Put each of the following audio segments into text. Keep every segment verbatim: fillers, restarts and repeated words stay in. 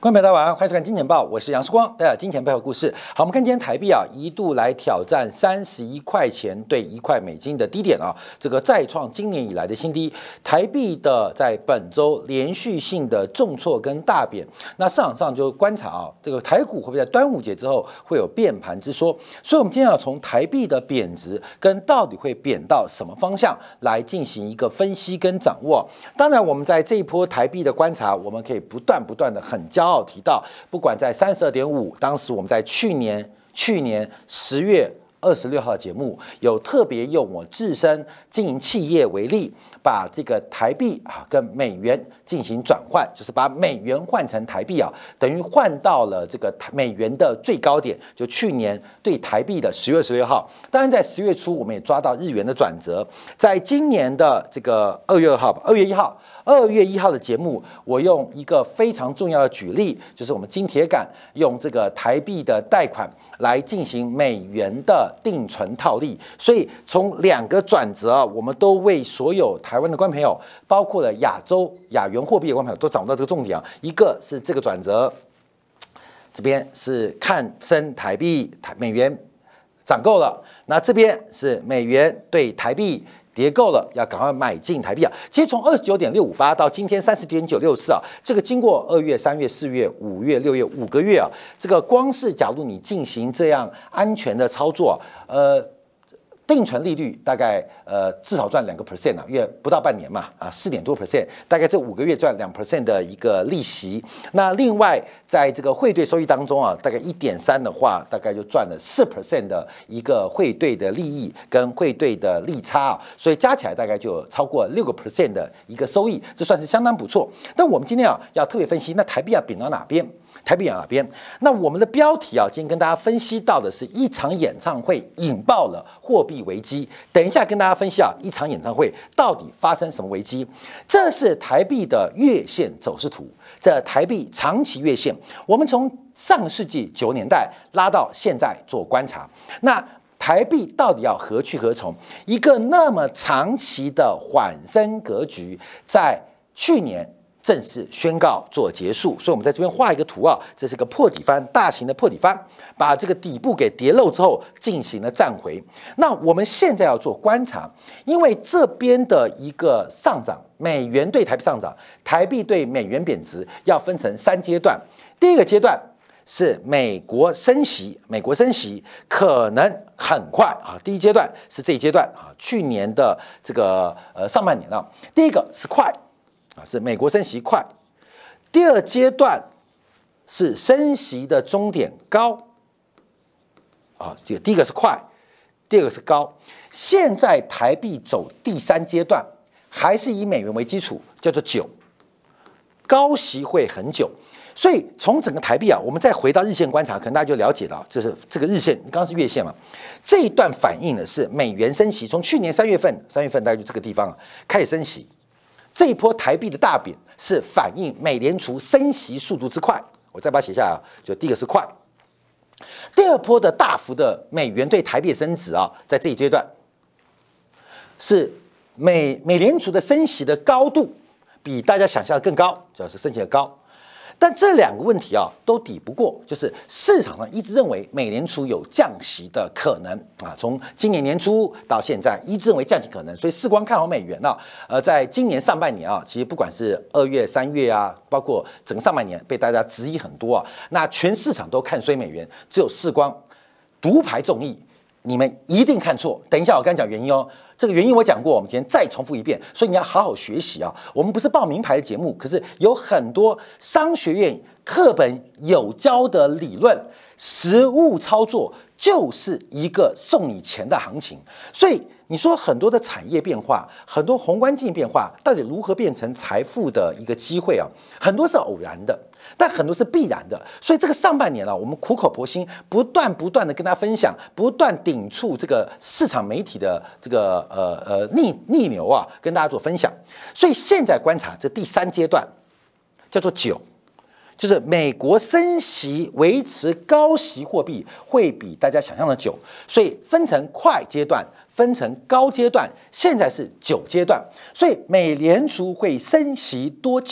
观众朋友大家晚上好，欢迎收看《金钱报》，我是杨世光，带来金钱背后故事。好，我们看今天台币啊，一度来挑战三十一块钱对一块美金的低点啊，这个再创今年以来的新低。台币的在本周连续性的重挫跟大贬，那市场上就观察啊，这个台股会不会在端午节之后会有变盘之说？所以，我们今天要从台币的贬值跟到底会贬到什么方向来进行一个分析跟掌握。当然，我们在这一波台币的观察，我们可以不断不断的很骄傲提到，不管在三十二点五，当时我们在去年去年十月二十六号的节目，有特别用我自身经营企业为例，把这个台币啊跟美元进行转换，就是把美元换成台币啊，等于换到了这个美元的最高点，就去年对台币的十月十六号。当然，在十月初我们也抓到日元的转折，在今年的这个二月二号吧，二月一号。二月一号的节目，我用一个非常重要的举例，就是我们金铁杆用这个台币的贷款来进行美元的定存套利，所以从两个转折啊，我们都为所有台湾的观众朋友，包括了亚洲亚元货币的观众朋友，都掌握到这个重点啊。一个是这个转折，这边是看升台币，台美元涨够了，那这边是美元对台币跌够了，要赶快买进台币啊！其实从二十九点六五八到今天三十点九六四啊，这个经过二月、三月、四月、五月、六月五个月啊，这个光是假如你进行这样安全的操作，呃。定存利率大概呃至少赚两个 percent 啊，因为不到半年嘛啊，四点多 percent， 大概这五个月赚两 percent 的一个利息。那另外在这个汇兑收益当中啊，大概一点三的话，大概就赚了四 percent 的一个汇兑的利益跟汇兑的利差啊，所以加起来大概就有超过六个 percent 的一个收益，这算是相当不错。但我们今天啊要特别分析，那台币要贬到哪边？台币哪边？那我们的标题啊，今天跟大家分析到的是一场演唱会引爆了货币危机。等一下跟大家分析啊，一场演唱会到底发生什么危机？这是台币的月线走势图，这台币长期月线，我们从上世纪九十年代拉到现在做观察。那台币到底要何去何从？一个那么长期的缓升格局，在去年正式宣告做结束，所以我们在这边画一个图啊，这是个破底翻，大型的破底翻，把这个底部给跌漏之后进行了站回。那我们现在要做观察，因为这边的一个上涨，美元对台币上涨，台币对美元贬值，要分成三阶段。第一个阶段是美国升息，美国升息可能很快啊。第一阶段是这一阶段啊，去年的这个呃上半年啊，第一个是快。啊，是美国升息快。第二阶段是升息的终点高。啊，这个第一个是快，第二个是高。现在台币走第三阶段，还是以美元为基础，叫做久，高息会很久。所以从整个台币啊，我们再回到日线观察，可能大家就了解到，就是这个日线，刚刚是月线嘛，这一段反映的是美元升息，从去年三月份，三月份大概就这个地方啊开始升息。这一波台币的大贬是反映美联储升息速度之快，我再把它写下来啊，就第一个是快。第二波的大幅的美元对台币升值啊，在这一阶段是美美联储的升息的高度比大家想象的更高，主要是升息的高。但这两个问题啊都抵不过，就是市场上一直认为美联储有降息的可能啊，从今年年初到现在一直认为降息可能，所以世光看好美元啊。呃，在今年上半年啊，其实不管是二月、三月啊，包括整个上半年被大家质疑很多啊，那全市场都看衰美元，只有世光独排众议，你们一定看错。等一下我跟你讲原因哦。这个原因我讲过，我们今天再重复一遍，所以你要好好学习啊！我们不是报名牌的节目，可是有很多商学院课本有教的理论，实务操作就是一个送你钱的行情。所以你说很多的产业变化，很多宏观经济变化，到底如何变成财富的一个机会啊？很多是偶然的，但很多是必然的。所以这个上半年啊，我们苦口婆心，不断不断的跟大家分享，不断顶触这个市场媒体的这个呃呃逆逆流啊，跟大家做分享。所以现在观察这第三阶段叫做久，就是美国升息维持高息货币会比大家想象的久，所以分成快阶段。分成高阶段，现在是久阶段，所以美联储会升息多久，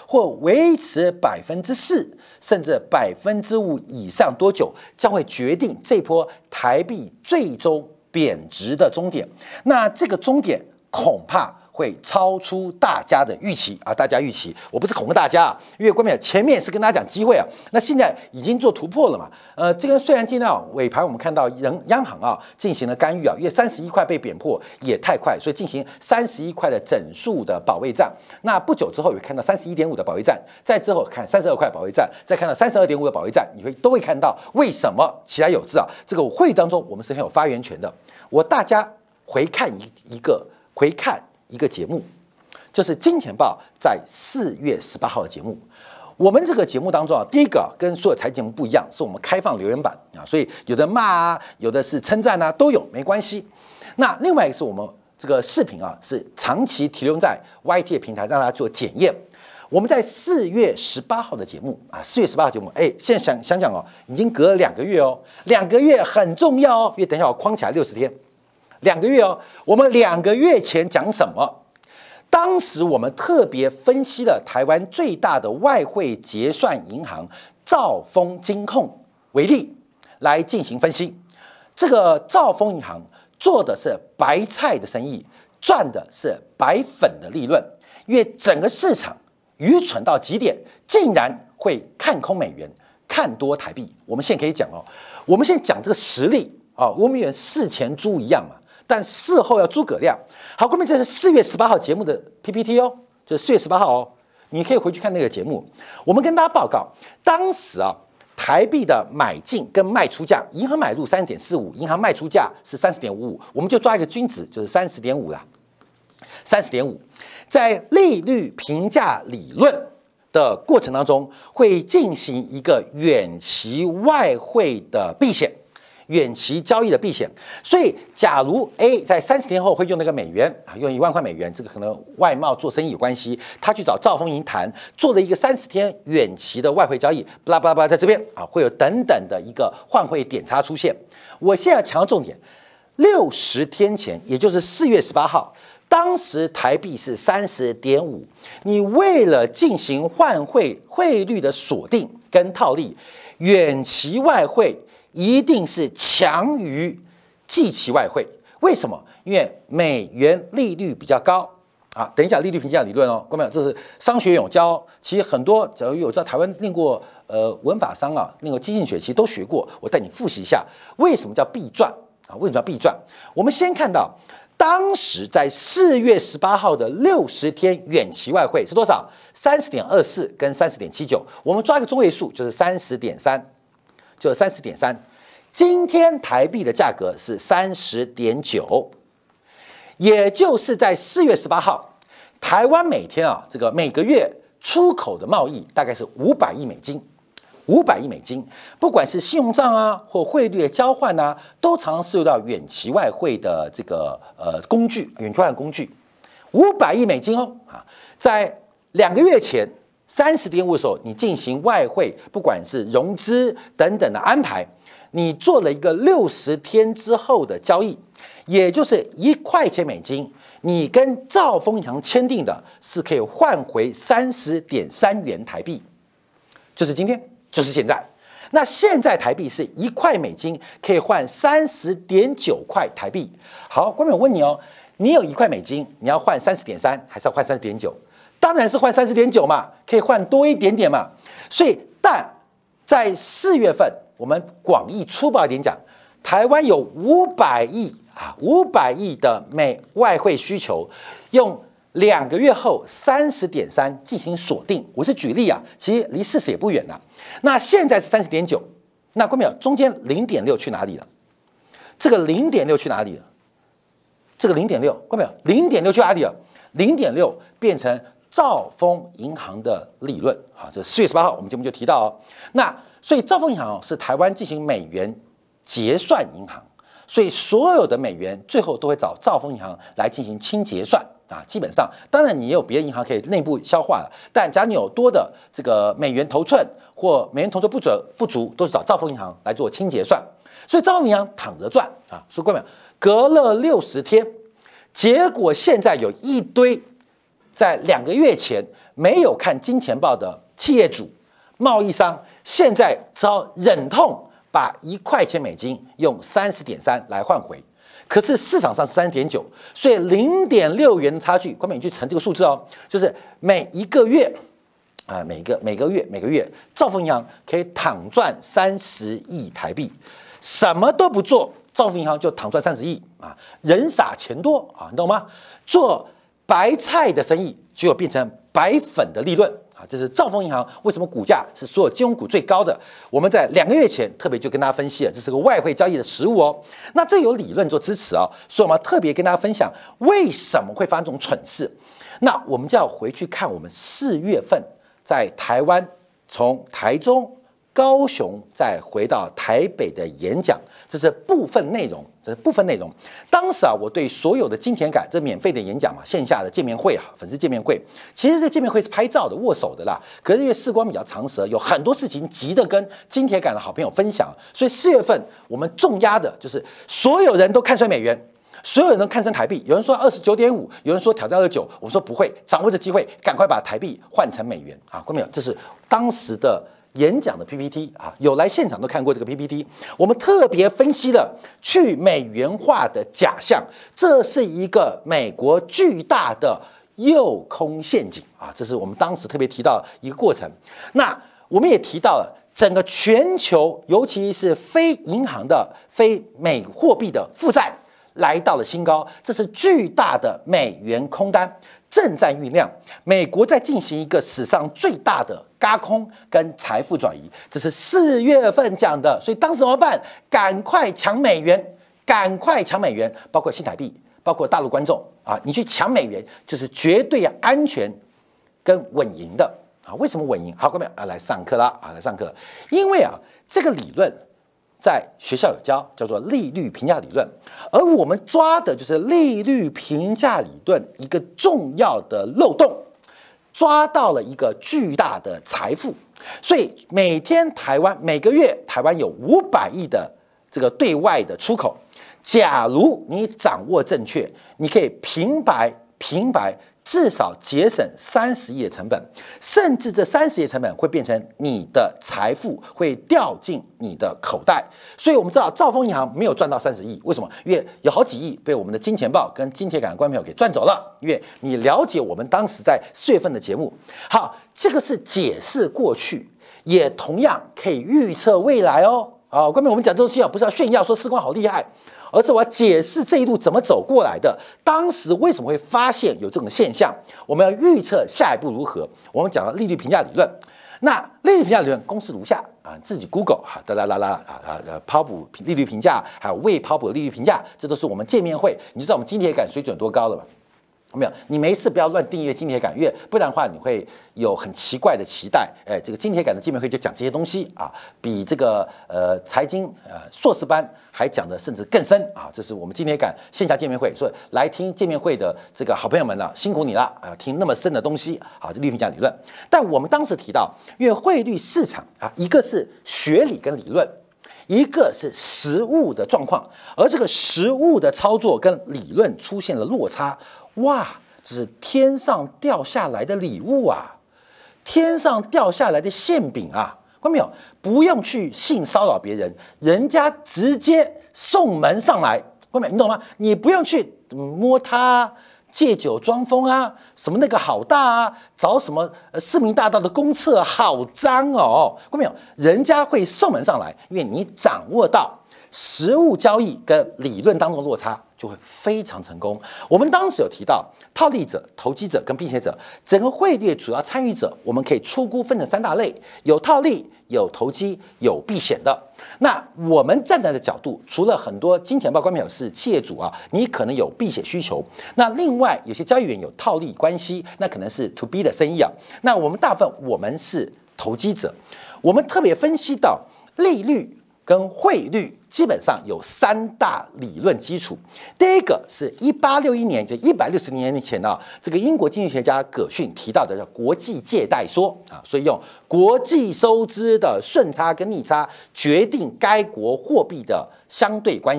或维持百分之四，甚至百分之五以上多久，将会决定这波台币最终贬值的终点。那这个终点恐怕会超出大家的预期啊！大家预期，我不是恐吓大家啊，因为关键前面是跟大家讲机会啊，那现在已经做突破了嘛。呃，这个虽然今天啊尾盘我们看到人央行啊进行了干预啊，因为三十一块被贬破也太快，所以进行三十一块的整数的保卫战。那不久之后也看到三十一点五的保卫战，再之后看三十二块保卫战，再看到三十二点五的保卫战，你会都会看到为什么其来有之啊？这个会议当中我们是很有发言权的。我大家回看一一个回看。一个节目，就是金钱豹在四月十八号的节目。我们这个节目当中啊，第一个跟所有财经节目不一样，是我们开放留言板啊，所以有的骂啊，有的是称赞啊，都有，没关系。那另外一个是我们这个视频啊，是长期提供在 Y T 的平台，让大家做检验。我们在四月十八号的节目啊，四月十八号节目，哎，现在想想想哦，已经隔了两个月哦，两个月很重要哦，因为等一下我框起来六十天。两个月哦，我们两个月前讲什么？当时我们特别分析了台湾最大的外汇结算银行兆丰金控为例来进行分析。这个兆丰银行做的是白菜的生意，赚的是白粉的利润，因为整个市场愚蠢到极点，竟然会看空美元，看多台币。我们现在可以讲哦，我们现在讲这个实例啊，我们远事前猪一样嘛。但事后要诸葛亮。好，各位，这是四月十八号节目的 P P T 哦，就是四月十八号哦，你可以回去看那个节目。我们跟大家报告，当时啊，台币的买进跟卖出价，银行买入三十点四五，银行卖出价是三十点五五，我们就抓一个均值，就是三十点五啦，三十点五。在利率评价理论的过程当中，会进行一个远期外汇的避险。远期交易的避险，所以假如 A 在三十天后会用那个美元啊，用一万块美元，这个可能外贸做生意有关系，他去找兆丰银谈，做了一个三十天远期的外汇交易，巴拉巴拉巴拉，在这边啊会有等等的一个换汇点差出现。我现在强调重点，六十天前，也就是四月十八号，当时台币是三十点五，你为了进行换汇汇率的锁定跟套利，远期外汇。一定是强于季期外汇，为什么？因为美元利率比较高啊。等一下，利率评价理论哦，各位，这是商学有教。其实很多只要有在台湾念过呃文法商啊，那个经济学其实都学过。我带你复习一下，为什么叫币赚啊？为什么叫币赚？我们先看到当时在四月十八号的六十天远期外汇是多少？三十点二四跟三十点七九，我们抓一个中位数，就是三十点三。就三十点三，今天台币的价格是三十点九，也就是在四月十八号，台湾每天啊，这个每个月出口的贸易大概是五百亿美金，五百亿美金，不管是信用账啊或汇率的交换啊，都常常涉及到远期外汇的这个呃工具，远期外汇工具，五百亿美金哦啊，在两个月前。三十点五的时候，你进行外汇，不管是融资等等的安排，你做了一个六十天之后的交易，也就是一块钱美金，你跟兆丰银行签订的是可以换回三十点三元台币，就是今天，就是现在。那现在台币是一块美金可以换三十点九块台币。好，观众，我问你哦，你有一块美金，你要换三十点三，还是要换三十点九？当然是换三十点九嘛，可以换多一点点嘛。所以，但在四月份，我们广义粗暴一点讲，台湾有五百亿啊，五百亿的美外汇需求，用两个月后三十点三进行锁定。我是举例啊，其实离四十也不远呐、啊。那现在是三十点九，那观众朋友，中间零点六去哪里了？这个零点六去哪里了？这个零点六，观众朋友，零点六去哪里了？零点六变成。兆丰银行的利润啊，这四月十八号我们节目就提到哦。那所以兆丰银行是台湾进行美元结算银行，所以所有的美元最后都会找兆丰银行来进行清结算啊。基本上，当然你也有别的银行可以内部消化了，但假如你有多的这个美元头寸或美元头寸不准不足，都是找兆丰银行来做清结算。所以兆丰银行躺着赚啊。所以各位，隔了六十天，结果现在有一堆。在两个月前， 没有看金钱豹的企业主、贸易商，现在只好忍痛把一块钱美金用三十点三来换回。可是市场上是三点九，所以零点六元的差距，关键你去乘这个数字哦，就是每一个月啊，每个每个月每个月，兆丰银行可以躺赚三十亿台币，什么都不做，兆丰银行就躺赚三十亿啊，人傻钱多啊，你懂吗？做白菜的生意，结果变成白粉的利润。啊，这是兆丰银行为什么股价是所有金融股最高的？我们在两个月前特别就跟大家分析了，这是个外汇交易的实物哦。那这有理论做支持哦，所以我们要特别跟大家分享为什么会发生这种蠢事。那我们就要回去看我们四月份在台湾从台中、高雄再回到台北的演讲，这是部分内容，这是部分内容。当时啊，我对所有的金钱感，这免费的演讲嘛，线下的见面会啊，粉丝见面会，其实这见面会是拍照的、握手的啦。可是因为事关比较长舌，有很多事情急的跟金钱感的好朋友分享，所以四月份我们重压的就是所有人都看衰美元。所有人都看升台币，有人说二十九点五，有人说挑战二十九，我说不会，掌握着机会，赶快把台币换成美元啊！各位朋友，这是当时的演讲的 P P T 啊，有来现场都看过这个 P P T。我们特别分析了去美元化的假象，这是一个美国巨大的诱空陷阱啊！这是我们当时特别提到的一个过程。那我们也提到了整个全球，尤其是非银行的、非美货币的负债来到了新高，这是巨大的美元空单正在酝酿。美国在进行一个史上最大的轧空跟财富转移，这是四月份讲的。所以当时怎么办？赶快抢美元，赶快抢美元，包括新台币，包括大陆观众啊，你去抢美元，就是绝对安全跟稳赢的啊。为什么稳赢？好，各位啊，来上课啦啊，来上课，因为啊，这个理论在学校有教，叫做利率评价理论，而我们抓的就是利率评价理论一个重要的漏洞，抓到了一个巨大的财富。所以每天台湾每个月台湾有五百亿的这个对外的出口，假如你掌握正确，你可以平白平白。至少节省三十亿的成本，甚至这三十亿成本会变成你的财富，会掉进你的口袋。所以我们知道兆丰银行没有赚到三十亿，为什么？因为有好几亿被我们的金钱豹跟金铁杆的观众朋友给赚走了。因为你了解我们当时在四月份的节目，好，这个是解释过去，也同样可以预测未来哦。好，观众我们讲这东西啊，不是要炫耀说士官好厉害。而是我要解释这一路怎么走过来的，当时为什么会发现有这种现象，我们要预测下一步如何。我们讲到利率评价理论，那利率评价理论公式如下啊，自己 Google 哈，哒啦啦啦啊啊，抛补利率评价，还有未抛补利率评价，这都是我们见面会，你就知道我们金铁杆水准多高了吧？没有，你没事不要乱订阅金铁杆，因为不然的话你会有很奇怪的期待。哎，这个金铁杆的见面会就讲这些东西啊，比这个呃财经呃硕士班还讲的甚至更深啊。这是我们金铁杆线下见面会，所以来听见面会的这个好朋友们啊，辛苦你了啊，听那么深的东西。好，这利率评价理论。但我们当时提到，因为汇率市场啊，一个是学理跟理论。一个是实物的状况，而这个实物的操作跟理论出现了落差，哇，这是天上掉下来的礼物啊，天上掉下来的馅饼啊，看到没有？不用去性骚扰别人，人家直接送门上来，看到没有？你懂吗？你不用去摸他。借酒装疯啊，什么那个好大啊，找什么市民大道的公厕好脏哦，看到没有？人家会送门上来，因为你掌握到实物交易跟理论当中的落差，就会非常成功。我们当时有提到套利者、投机者跟避险者，整个汇率主要参与者，我们可以初估分成三大类：有套利、有投机、有避险的。那我们站在的角度，除了很多金钱豹观众朋友是企业主啊，你可能有避险需求。那另外有些交易员有套利关系，那可能是 to B 的生意啊。那我们大部分我们是投机者，我们特别分析到利率跟汇率基本上有三大理论基础。第一个是一八六一年，就一百六十年前啊，这个英国经济学家葛逊提到的叫国际借贷说啊，所以用国际收支的顺差跟逆差决定该国货币的相对关系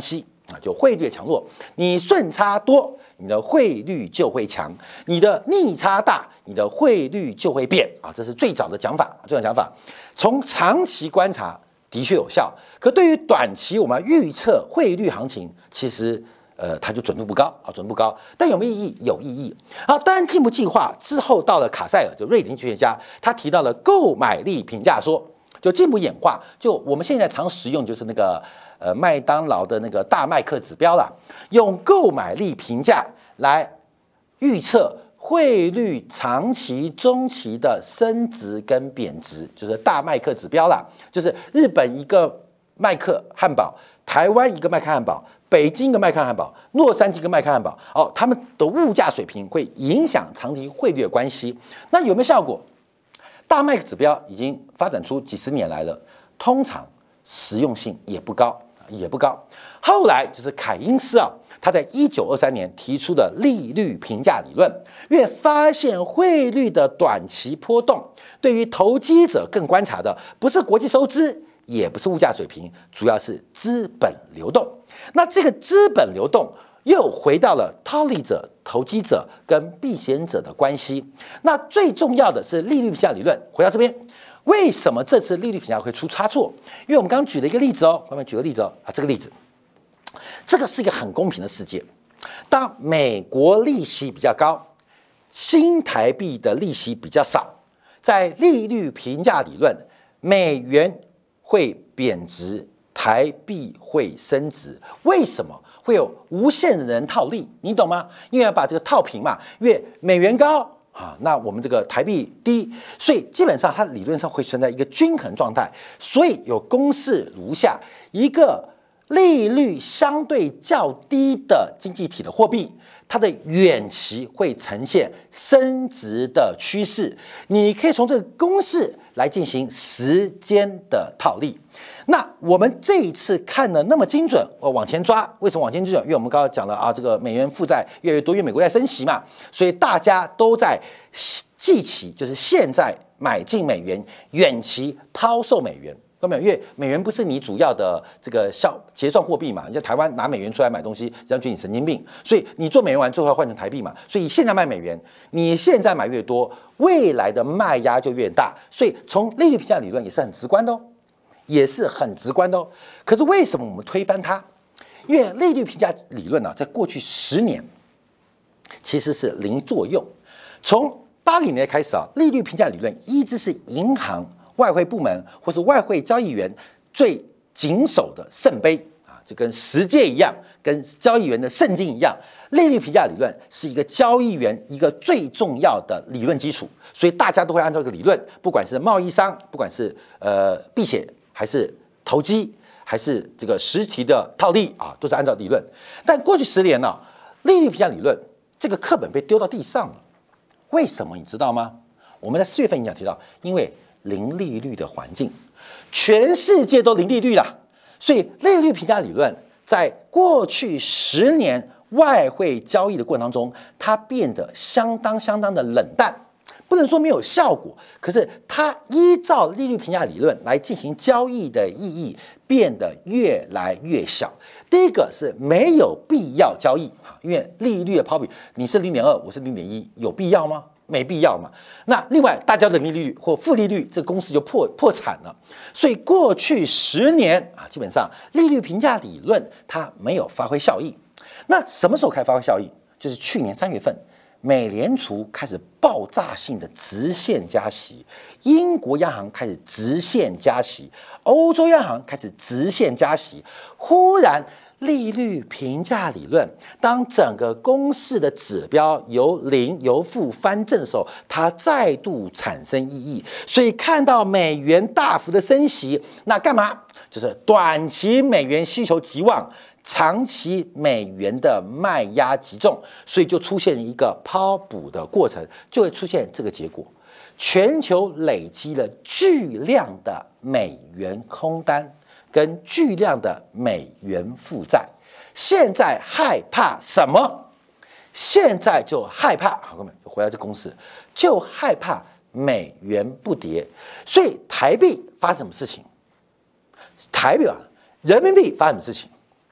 啊，就汇率强弱，你顺差多，你的汇率就会强；你的逆差大，你的汇率就会变啊。这是最早的讲法，这种讲法从长期观察的确有效，可对于短期我们要预测汇率行情，其实呃它就准度不高啊，准度不高。但有没有意义？有意义。好，当然进一步计划之后，到了卡塞尔，就瑞典经济学家，他提到了购买力评价说，就进一步演化，就我们现在常使用就是那个。呃，麦当劳的那个大麦克指标啦，用购买力评价来预测汇率长期、中期的升值跟贬值，就是大麦克指标啦。就是日本一个麦克汉堡，台湾一个麦克汉堡，北京一个麦克汉堡，洛杉矶一个麦克汉堡，哦，他们的物价水平会影响长期汇率的关系。那有没有效果？大麦克指标已经发展出几十年来了，通常实用性也不高。也不高。后来就是凯因斯啊，他在一九二三年提出的利率评价理论，因为发现汇率的短期波动，对于投机者更观察的不是国际收支，也不是物价水平，主要是资本流动。那这个资本流动又回到了套利者、投机者跟避险者的关系。那最重要的是利率评价理论，回到这边。为什么这次利率评价会出差错？因为我们刚刚举了一个例子哦，后面举个例子哦啊，这个例子，这个是一个很公平的世界。当美国利息比较高，新台币的利息比较少，在利率评价理论，美元会贬值，台币会升值。为什么会有无限的人套利？你懂吗？因为要把这个套平嘛，因为美元高。啊，那我们这个台币低，所以基本上它理论上会存在一个均衡状态。所以有公式如下：一个利率相对较低的经济体的货币，它的远期会呈现升值的趋势。你可以从这个公式来进行时间的套利。那我们这一次看的那么精准，我往前抓，为什么往前精准？因为我们刚刚讲了啊，这个美元负债越来越多，因为美国在升息嘛，所以大家都在记起，就是现在买进美元，远期抛售美元。各位，因为美元不是你主要的这个销结算货币嘛，你在台湾拿美元出来买东西，人家觉得你神经病，所以你做美元完最后要换成台币嘛，所以现在卖美元，你现在买越多，未来的卖压就越大，所以从利率评价理论也是很直观的哦。也是很直观的哦。可是为什么我们推翻它？因为利率评价理论呢、啊，在过去十年其实是零作用。从八零年开始啊，利率评价理论一直是银行、外汇部门或是外汇交易员最谨守的圣杯啊，就跟十戒一样，跟交易员的圣经一样。利率评价理论是一个交易员一个最重要的理论基础，所以大家都会按照这个理论，不管是贸易商，不管是呃避险。还是投机，还是这个实体的套利啊，都是按照理论。但过去十年呢、啊，利率评价理论这个课本被丢到地上了。为什么你知道吗？我们在四月份已经提到，因为零利率的环境，全世界都零利率了，所以利率评价理论在过去十年外汇交易的过程当中，它变得相当相当的冷淡。不能说没有效果，可是它依照利率评价理论来进行交易的意义变得越来越小。第一个是没有必要交易啊，因为利率的抛比，你是零点二，我是零点一，有必要吗？没必要嘛。那另外，大家的零利率或负利率，这个公司就破破产了。所以过去十年啊，基本上利率评价理论它没有发挥效益。那什么时候开始发挥效益？就是去年三月份。美联储开始爆炸性的直线加息，英国央行开始直线加息，欧洲央行开始直线加息。忽然，利率评价理论，当整个公式的指标由零由负翻正的时候，它再度产生意义。所以看到美元大幅的升息，那干嘛？就是短期美元需求极旺。长期美元的卖压极重，所以就出现一个抛补的过程，就会出现这个结果。全球累积了巨量的美元空单跟巨量的美元负债，现在害怕什么？现在就害怕，好，各位回来这公式，就害怕美元不跌。所以台币发生什么事情？台币啊，人民币发生什么事情？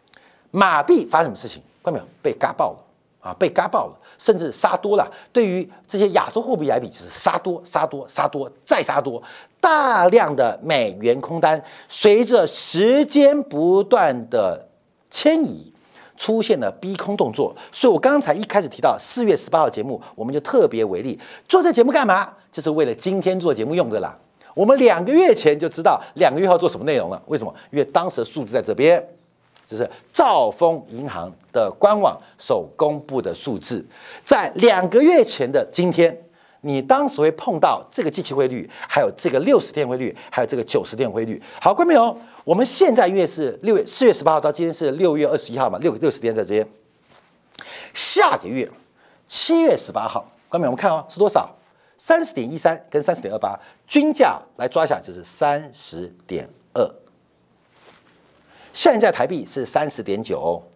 马币发生什么事情？看到没有？被嘎爆了啊，被嘎爆了，甚至杀多了。对于这些亚洲货币来比，就是杀多、杀多、杀多再杀多，大量的美元空单随着时间不断的迁移。出现了逼空动作，所以我刚才一开始提到四月十八号节目，我们就特别为例，做这节目干嘛？就是为了今天做节目用的啦。我们两个月前就知道两个月后做什么内容了，为什么？因为当时的数字在这边，这是兆丰银行的官网所公布的数字，在两个月前的今天，你当时会碰到这个基期汇率，还有这个六十天汇率，还有这个九十天汇率。好，观众朋友。我们现在月是六月四月十八号到今天是六月二十一号嘛，六六十天在这边。下个月七月十八号，观众朋友我们看哦是多少？三十点一三跟三十点二八，均价来抓一下就是三十点二。现在台币是三十点九哦，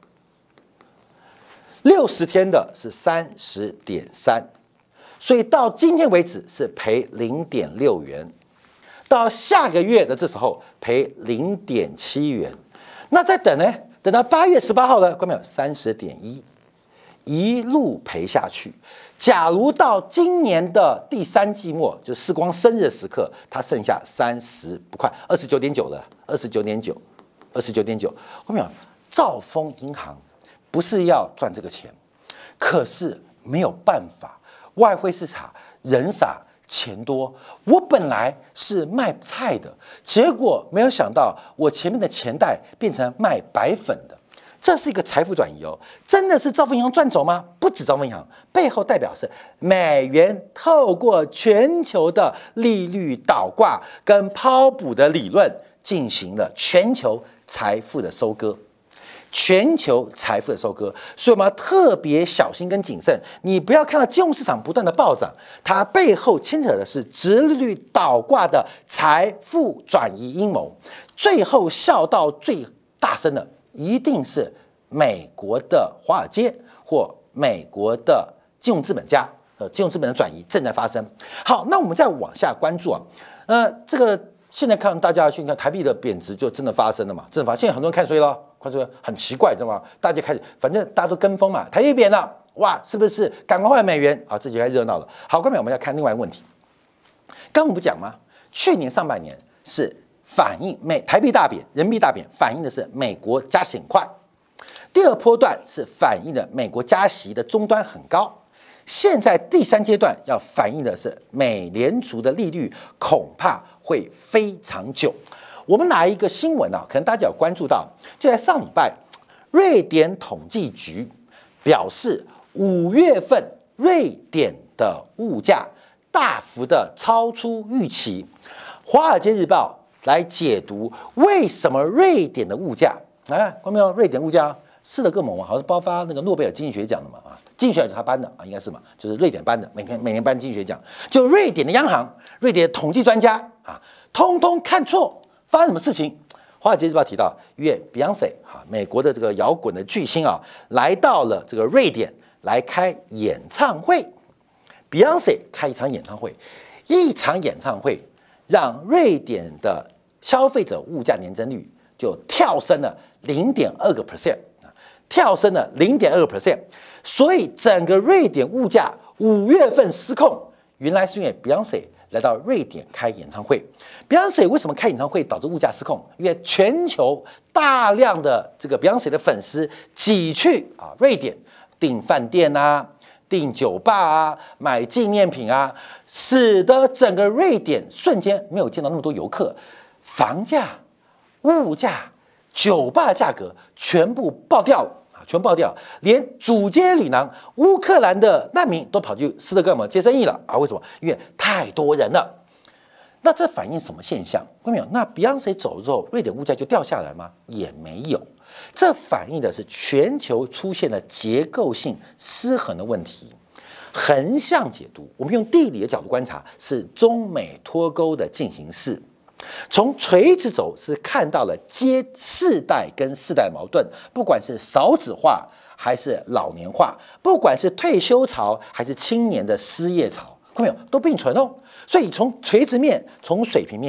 六十天的是三十点三，所以到今天为止是赔零点六元。到下个月的这时候赔零点七元，那再等呢？等到八月十八号呢？观众朋友，三十点一，一路赔下去。假如到今年的第三季末，就世光生日的时刻，它剩下三十不快二十九点九了，二十九点九，二十九点九。观众朋友，兆丰银行不是要赚这个钱，可是没有办法，外汇市场人傻。钱多，我本来是卖菜的，结果没有想到我前面的钱袋变成卖白粉的，这是一个财富转移哦。真的是兆丰银行赚走吗？不止兆丰银行，背后代表是美元透过全球的利率倒挂跟抛补的理论，进行了全球财富的收割。全球财富的收割，所以我们要特别小心跟谨慎。你不要看到金融市场不断的暴涨，它背后牵扯的是殖利率倒挂的财富转移阴谋，最后笑到最大声的一定是美国的华尔街或美国的金融资本家，呃，金融资本的转移正在发生。好，那我们再往下关注啊，呃，这个现在看大家去看台币的贬值就真的发生了嘛？真的发生，现在很多人看衰了。看衰很奇怪，知道吗？大家开始，反正大家都跟风嘛，台币贬了，哇，是不是赶快换美元啊？这就开始热闹了。好，下面我们要看另外一个问题。刚刚我们讲嘛，去年上半年是反映美台币大贬，人民币大贬，反映的是美国加息很快。第二波段是反映的美国加息的终端很高。现在第三阶段要反映的是美联储的利率恐怕会非常久。我们拿一个新闻啊，可能大家有关注到，就在上礼拜，瑞典统计局表示，五月份瑞典的物价大幅的超出预期。华尔街日报来解读为什么瑞典的物价，哎，看到没有？瑞典物价斯德哥尔摩好像是颁发那个诺贝尔经济学奖的嘛啊，经济学奖是他颁的啊，应该是嘛，就是瑞典颁的，每年每年颁经济学奖，就瑞典的央行、瑞典的统计专家啊，通通看错。发生什么事情？华尔街日报提到，因为 Beyonce 哈，美国的这个摇滚的巨星啊，来到了这个瑞典来开演唱会。Beyonce 开一场演唱会，一场演唱会让瑞典的消费者物价年增率就跳升了零点二个 percent 啊，跳升了零点二个 percent。所以整个瑞典物价五月份失控，原来是因为 Beyonce。来到瑞典开演唱会 ，Beyonce 为什么开演唱会导致物价失控？因为全球大量的这个 Beyonce 的粉丝挤去啊瑞典订饭店啊、订酒吧啊、买纪念品啊，使得整个瑞典瞬间没有见到那么多游客，房价、物价、酒吧的价格全部爆掉了。全爆掉，连主街女郎乌克兰的难民都跑去斯德哥尔摩接生意了啊！为什么？因为太多人了。那这反映什么现象？看到没有？那 Beyonce 走了之后，瑞典物价就掉下来吗？也没有。这反映的是全球出现了结构性失衡的问题。横向解读，我们用地理的角度观察，是中美脱钩的进行式。从垂直走是看到了接世代跟世代矛盾，不管是少子化还是老年化，不管是退休潮还是青年的失业潮，看到没有，都并存哦。所以从垂直面、从水平面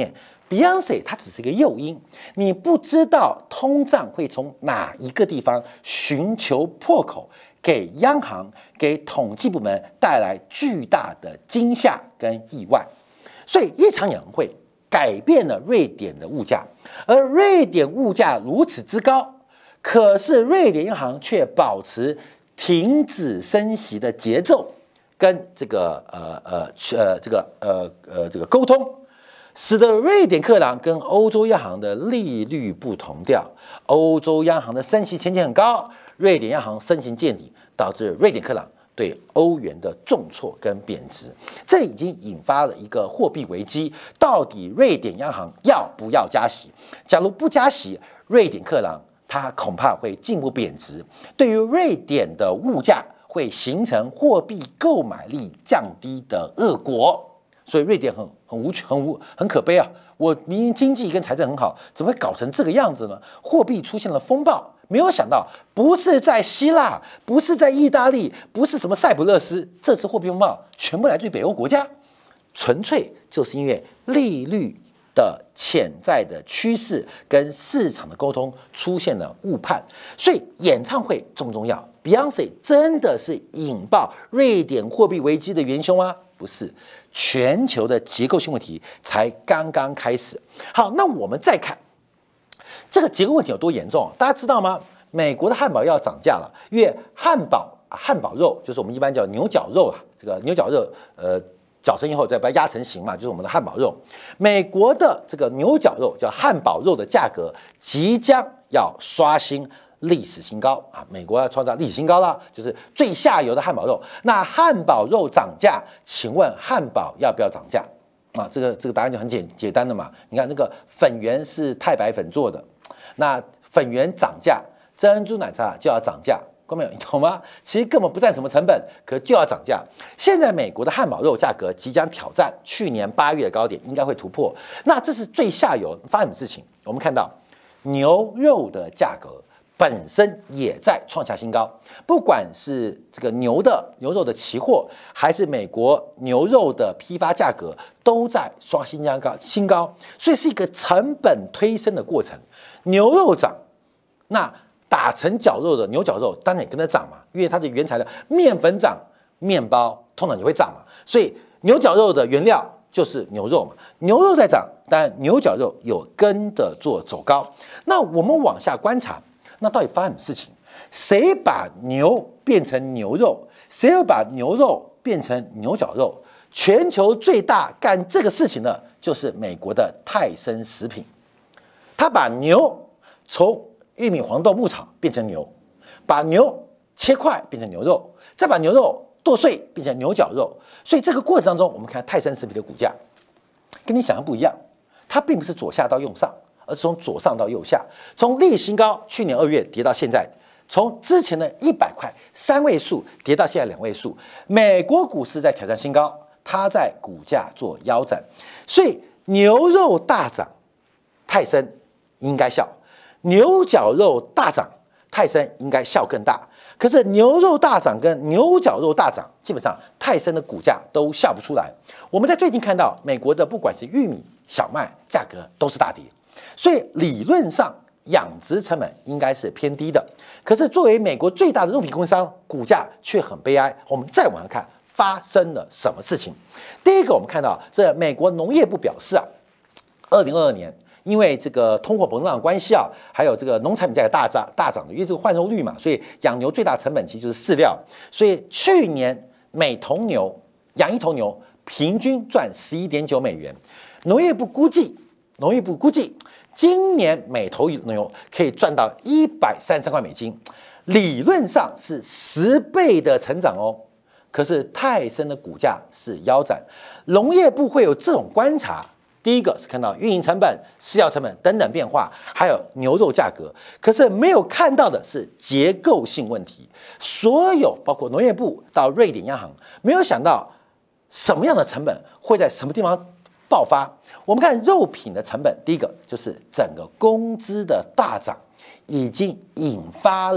Beyonce 它只是一个诱因，你不知道通胀会从哪一个地方寻求破口，给央行、给统计部门带来巨大的惊吓跟意外。所以一场演讲会改变了瑞典的物价，而瑞典物价如此之高，可是瑞典银行却保持停止升息的节奏，跟这个呃呃呃这个呃呃这个沟通。使得瑞典克朗跟欧洲央行的利率不同调，欧洲央行的升息前景很高，瑞典央行升息见底，导致瑞典克朗对欧元的重挫跟贬值，这已经引发了一个货币危机。到底瑞典央行要不要加息？假如不加息，瑞典克朗它恐怕会进一步贬值，对于瑞典的物价会形成货币购买力降低的恶果。所以瑞典很很无趣、很无很可悲啊！我明明经济跟财政很好，怎么会搞成这个样子呢？货币出现了风暴，没有想到不是在希腊，不是在意大利，不是什么塞浦路斯，这次货币风暴全部来自于北欧国家，纯粹就是因为利率的潜在的趋势跟市场的沟通出现了误判。所以演唱会重不重要？ Beyonce 真的是引爆瑞典货币危机的元凶吗？不是，全球的结构性问题才刚刚开始。好，那我们再看这个结构问题有多严重，大家知道吗？美国的汉堡要涨价了，因为汉堡汉堡肉就是我们一般叫牛角肉啊，这个牛角肉呃绞成以后再把它压成形嘛，就是我们的汉堡肉。美国的这个牛角肉叫汉堡肉的价格即将要刷新历史新高啊！美国要创造历史新高了，就是最下游的汉堡肉。那汉堡肉涨价，请问汉堡要不要涨价啊？这个这个答案就很简简单的嘛。你看那个粉圆是太白粉做的，那粉圆涨价，珍珠奶茶就要涨价，各位你懂吗？其实根本不占什么成本，可就要涨价。现在美国的汉堡肉价格即将挑战去年八月的高点，应该会突破。那这是最下游发生什么事情？我们看到牛肉的价格本身也在创下新高，不管是这个牛的牛肉的期货，还是美国牛肉的批发价格，都在刷新高新高，所以是一个成本推升的过程。牛肉涨，那打成绞肉的牛角肉当然也跟着涨嘛，因为它的原材料面粉涨，面包通常也会涨嘛，所以牛角肉的原料就是牛肉嘛，牛肉在涨，当然牛角肉有跟着做走高。那我们往下观察。那到底发生什么事情？谁把牛变成牛肉？谁又把牛肉变成牛角肉？全球最大干这个事情的，就是美国的泰森食品。他把牛从玉米、黄豆、牧草变成牛，把牛切块变成牛肉，再把牛肉剁碎变成牛角肉。所以这个过程当中，我们看泰森食品的股价，跟你想象不一样，它并不是左下到右上。而是从左上到右下，从历史新高去年二月跌到现在，从之前的一百块三位数跌到现在两位数。美国股市在挑战新高，它在股价做腰斩，所以牛肉大涨，泰森应该笑；牛角肉大涨，泰森应该笑更大。可是牛肉大涨跟牛角肉大涨，基本上泰森的股价都笑不出来。我们在最近看到美国的不管是玉米、小麦价格都是大跌。所以理论上养殖成本应该是偏低的，可是作为美国最大的肉品供应商，股价却很悲哀。我们再往下看，发生了什么事情？第一个，我们看到这美国农业部表示啊，二零二二年因为这个通货膨胀的关系啊，还有这个农产品价格大涨大涨的，因为这个换肉率嘛，所以养牛最大成本其实就是饲料，所以去年每头牛养一头牛平均赚十一点九美元。农业部估计，农业部估计。今年每头牛可以赚到一百三十三块美金，理论上是十倍的成长哦。可是泰森的股价是腰斩，农业部会有这种观察。第一个是看到运营成本、饲料成本等等变化，还有牛肉价格，可是没有看到的是结构性问题。所有包括农业部到瑞典央行，没有想到什么样的成本会在什么地方爆发。我们看肉品的成本，第一个就是整个工资的大涨，已经引发了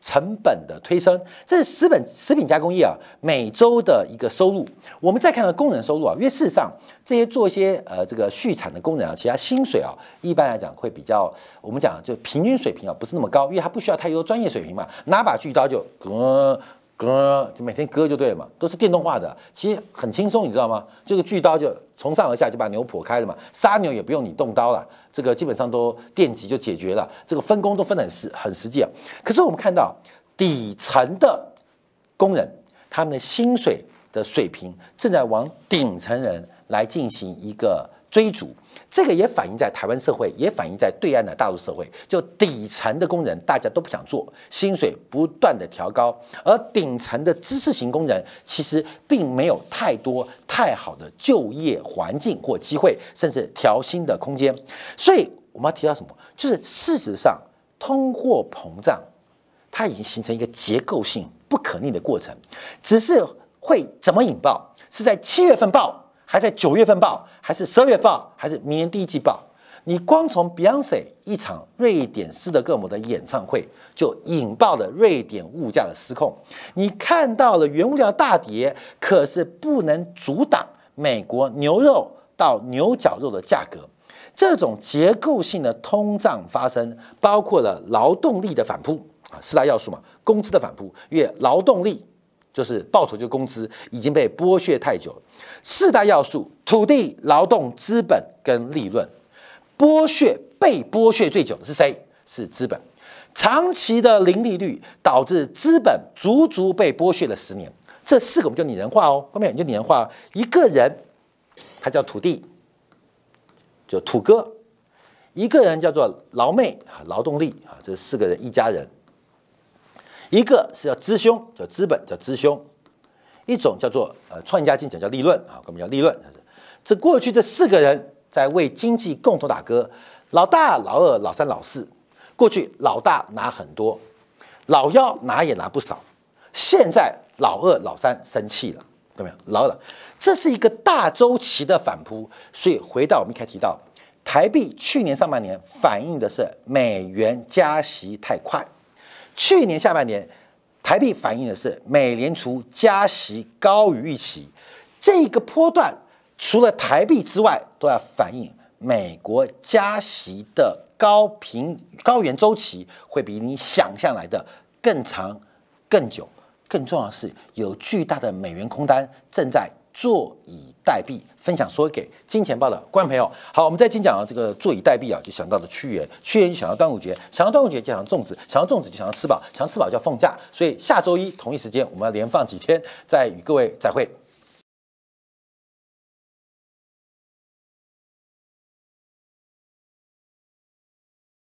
成本的推升，这是食本食品加工业啊每周的一个收入。我们再看看工人收入啊，因为事实上这些做一些呃这个畜产的工人啊，其他薪水啊一般来讲会比较，我们讲就平均水平啊不是那么高，因为他不需要太多专业水平嘛，拿把锯刀就割。割就每天割就对了嘛，都是电动化的，其实很轻松，你知道吗？这个锯刀就从上而下就把牛剖开了嘛，杀牛也不用你动刀了，这个基本上都电击就解决了，这个分工都分得很实很实际啊。可是我们看到底层的工人，他们的薪水的水平正在往顶层人来进行一个追逐。这个也反映在台湾社会，也反映在对岸的大陆社会。就底层的工人，大家都不想做，薪水不断的调高，而顶层的知识型工人，其实并没有太多太好的就业环境或机会，甚至调薪的空间。所以我们要提到什么？就是事实上，通货膨胀它已经形成一个结构性不可逆的过程，只是会怎么引爆？是在七月份爆？还在九月份报，还是十二月报，还是明年第一季报？你光从 Beyonce 一场瑞典斯德哥尔摩的演唱会，就引爆了瑞典物价的失控。你看到了原物料大跌，可是不能阻挡美国牛肉到牛绞肉的价格。这种结构性的通胀发生，包括了劳动力的反扑啊，四大要素嘛，工资的反扑，因为劳动力。就是报酬，就是工资已经被剥削太久了。四大要素：土地、劳动、资本跟利润。剥削被剥削最久的是谁？是资本。长期的零利率导致资本足足被剥削了十年。这四个我们就拟人化哦，后面就拟人化。一个人他叫土地，就土哥；一个人叫做劳妹，劳动力啊，这四个人一家人。一个是叫资兄，叫资本，叫资兄；一种叫做呃创业家精神，叫利润啊，我们叫利润。这过去这四个人在为经济共同打歌，老大、老二、老三、老四。过去老大拿很多，老幺拿也拿不少，现在老二、老三生气了，有没有？老二，这是一个大周期的反扑。所以回到我们一开始提到，台币去年上半年反映的是美元加息太快。去年下半年，台币反映的是美联储加息高于预期，这个波段除了台币之外，都要反映美国加息的高频高原周期会比你想象来的更长、更久。更重要的是，有巨大的美元空单正在坐以待毙。分享说给金钱豹的观众朋友。好，我们在今天讲这个坐以待毙啊，就想到了屈原，屈原就想到端午节，想到端午节就想到粽子，想到粽子就想到吃饱，想到吃饱叫放假。所以下周一同一时间，我们要连放几天，再与各位再会。